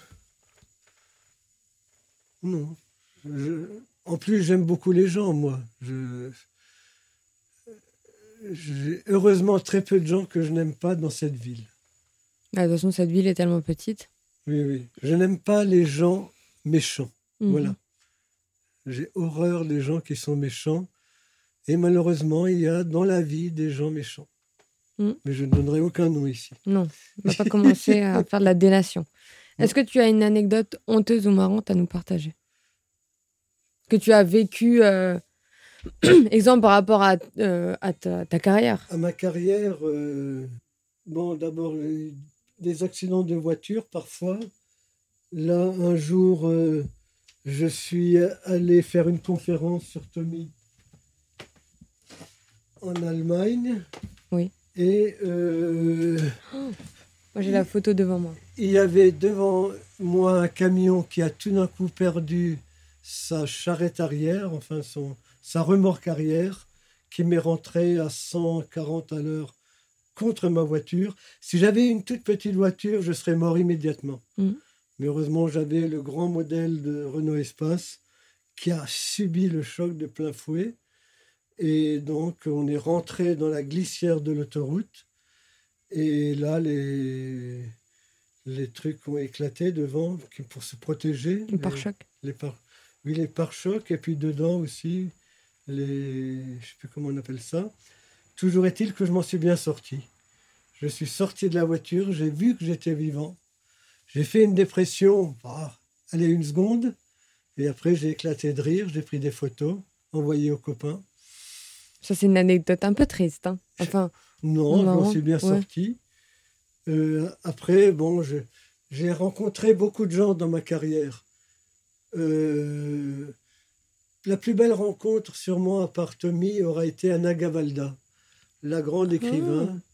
Non. Je... En plus, j'aime beaucoup les gens, moi. Je... J'ai heureusement très peu de gens que je n'aime pas dans cette ville. Ah, de toute façon, cette ville est tellement petite. Oui, oui. Je n'aime pas les gens méchants. Mhm. Voilà. J'ai horreur des gens qui sont méchants. Et malheureusement, il y a dans la vie des gens méchants. Mm. Mais je ne donnerai aucun nom ici. Non, on va pas commencer à faire de la délation. Est-ce que tu as une anecdote honteuse ou marrante à nous partager? Que tu as vécu, euh, exemple par rapport à, euh, à ta, ta carrière. À ma carrière, euh, bon, d'abord, euh, des accidents de voiture parfois. Là, un jour, euh, je suis allé faire une conférence sur Tommy en Allemagne. Oui. Et euh, Oh, moi, j'ai la photo devant moi. il y avait devant moi un camion qui a tout d'un coup perdu sa charrette arrière, enfin son, sa remorque arrière, qui m'est rentré à cent quarante à l'heure contre ma voiture. Si j'avais une toute petite voiture, je serais mort immédiatement. Mmh. Mais heureusement, j'avais le grand modèle de Renault Espace qui a subi le choc de plein fouet. Et donc, on est rentré dans la glissière de l'autoroute. Et là, les, les trucs ont éclaté devant pour se protéger. Le pare-choc. Les, les par, oui, les pare-chocs. Et puis dedans aussi, les, je ne sais plus comment on appelle ça. Toujours est-il que je m'en suis bien sorti. Je suis sorti de la voiture, j'ai vu que j'étais vivant. J'ai fait une dépression, bah, allez, une seconde. Et après, j'ai éclaté de rire, j'ai pris des photos, envoyées aux copains. Ça, c'est une anecdote un peu triste. Hein. Enfin, non, marrant. Je m'en suis bien ouais. sorti. Euh, après, bon, je, j'ai rencontré beaucoup de gens dans ma carrière. Euh, la plus belle rencontre, sûrement, à part Tommy, aura été Anna Gavalda, la grande écrivain, oh.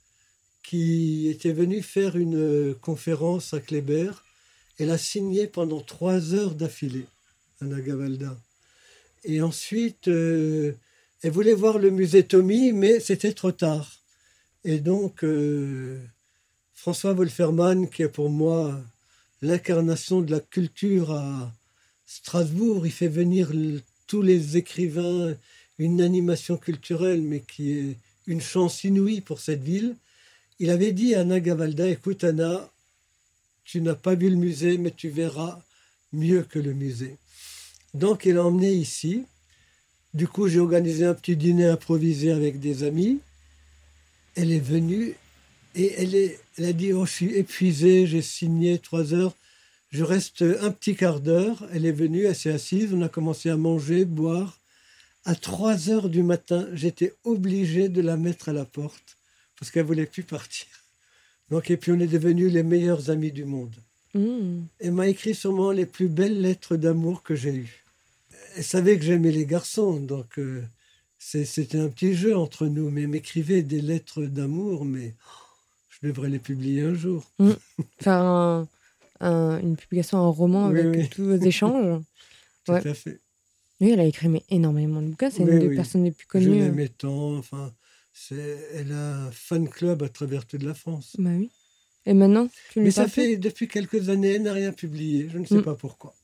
qui était venue faire une conférence à Kléber. Elle a signé pendant trois heures d'affilée, Anna Gavalda. Et ensuite, euh, elle voulait voir le musée Tommy, mais c'était trop tard. Et donc, euh, François Wolfermann, qui est pour moi l'incarnation de la culture à Strasbourg, il fait venir le, tous les écrivains, une animation culturelle, mais qui est une chance inouïe pour cette ville. Il avait dit à Anna Gavalda, écoute Anna, tu n'as pas vu le musée, mais tu verras mieux que le musée. Donc, il l'a emmené ici. Du coup, j'ai organisé un petit dîner improvisé avec des amis. Elle est venue et elle, est, elle a dit, oh, je suis épuisée, j'ai signé trois heures. Je reste un petit quart d'heure. Elle est venue, elle s'est assise, on a commencé à manger, boire. À trois heures du matin, j'étais obligé de la mettre à la porte parce qu'elle ne voulait plus partir. Donc, et puis, on est devenus les meilleurs amis du monde. Mmh. Elle m'a écrit sûrement les plus belles lettres d'amour que j'ai eues. Elle savait que j'aimais les garçons, donc euh, c'est, c'était un petit jeu entre nous. Mais elle m'écrivait des lettres d'amour, mais oh, je devrais les publier un jour. Mmh. Faire un, un, une publication, un roman oui, avec oui. tous vos échanges. Tout ouais. à fait. Oui, elle a écrit mais énormément de bouquins. C'est oui, une des oui. personnes les plus connues. Je l'aimais tant. Enfin, c'est, elle a un fan club à travers toute la France. Bah oui. Et maintenant, tu Mais ça plus fait depuis quelques années, elle n'a rien publié. Je ne sais mmh. pas pourquoi.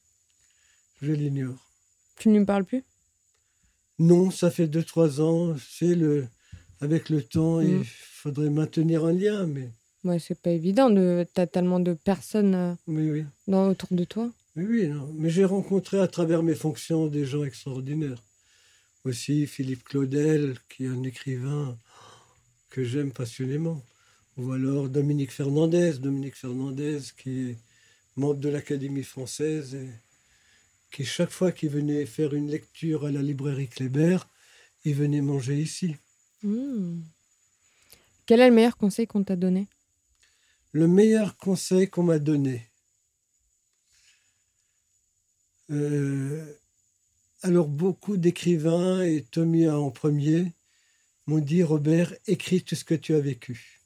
Je l'ignore. Tu ne lui parles plus? Non, ça fait deux, trois ans. C'est le... Avec le temps, mmh. il faudrait maintenir un lien, mais... Ouais, c'est pas évident. De... Tu as tellement de personnes euh, oui, oui. Dans... autour de toi. Oui, oui, non. Mais j'ai rencontré à travers mes fonctions des gens extraordinaires. Aussi Philippe Claudel, qui est un écrivain que j'aime passionnément. Ou alors Dominique Fernandez, Dominique Fernandez, qui est membre de l'Académie française et qui, chaque fois qu'il venait faire une lecture à la librairie Kléber, il venait manger ici. Mmh. Quel est le meilleur conseil qu'on t'a donné? Le meilleur conseil qu'on m'a donné euh, alors, beaucoup d'écrivains, et Tommy en premier, m'ont dit, Robert, écris tout ce que tu as vécu.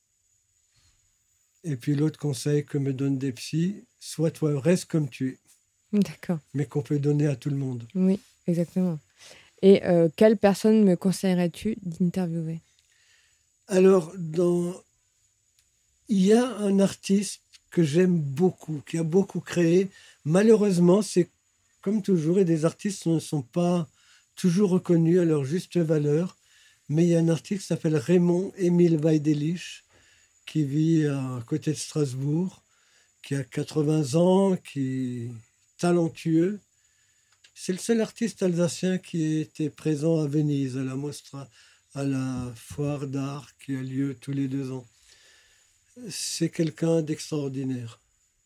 Et puis l'autre conseil que me donnent des psys, sois toi, reste comme tu es. D'accord. Mais qu'on peut donner à tout le monde. Oui, exactement. Et euh, quelle personne me conseillerais-tu d'interviewer? Alors, dans... il y a un artiste que j'aime beaucoup, qui a beaucoup créé. Malheureusement, c'est comme toujours, et des artistes ne sont pas toujours reconnus à leur juste valeur. Mais il y a un artiste qui s'appelle Raymond Émile Weidelich, qui vit à côté de Strasbourg, qui a quatre-vingts ans, qui est talentueux. C'est le seul artiste alsacien qui était présent à Venise, à la Mostra, à la foire d'art qui a lieu tous les deux ans. C'est quelqu'un d'extraordinaire.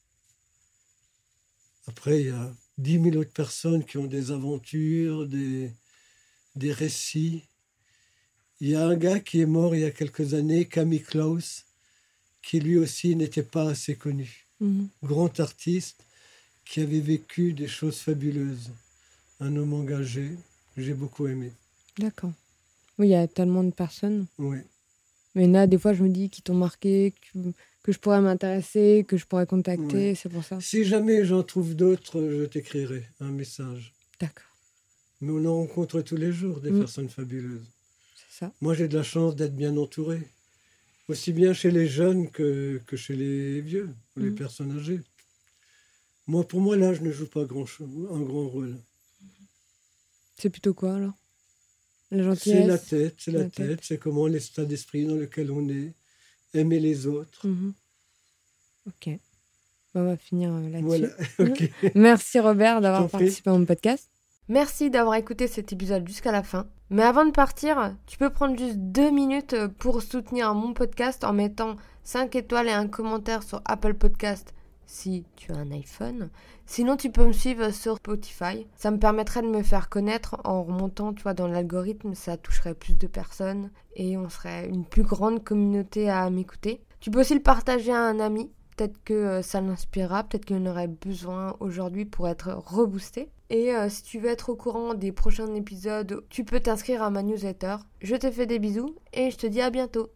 Après, il y a dix mille autres personnes qui ont des aventures, des, des récits. Il y a un gars qui est mort il y a quelques années, Camille Klaus, qui lui aussi n'était pas assez connu. Mmh. Grand artiste qui avait vécu des choses fabuleuses. Un homme engagé, que j'ai beaucoup aimé. D'accord. Oui, il y a tellement de personnes. Oui. Mais là, des fois, je me dis qu'ils t'ont marqué, que, que je pourrais m'intéresser, que je pourrais contacter, oui. C'est pour ça. Si jamais j'en trouve d'autres, je t'écrirai un message. D'accord. Mais on en rencontre tous les jours des mmh. personnes fabuleuses. ça. Moi, j'ai de la chance d'être bien entouré. Aussi bien chez les jeunes que, que chez les vieux, ou les Mhm. personnes âgées. Moi, pour moi, l'âge ne joue pas grand chose, un grand rôle. C'est plutôt quoi, alors? La C'est gentillesse? la tête, c'est la, La tête, tête. c'est comment l'état d'esprit dans lequel on est, aimer les autres. Mhm. Ok. Bon, on va finir euh, là-dessus. Voilà, ok. Merci Robert Je d'avoir t'en prie. participé à mon podcast. Merci d'avoir écouté cet épisode jusqu'à la fin. Mais avant de partir, tu peux prendre juste deux minutes pour soutenir mon podcast en mettant cinq étoiles et un commentaire sur Apple Podcast si tu as un iPhone. Sinon, tu peux me suivre sur Spotify. Ça me permettrait de me faire connaître en remontant, tu vois, dans l'algorithme. Ça toucherait plus de personnes et on serait une plus grande communauté à m'écouter. Tu peux aussi le partager à un ami. Peut-être que ça l'inspirera, peut-être qu'il en aurait besoin aujourd'hui pour être reboosté. Et euh, si tu veux être au courant des prochains épisodes, tu peux t'inscrire à ma newsletter. Je te fais des bisous et je te dis à bientôt.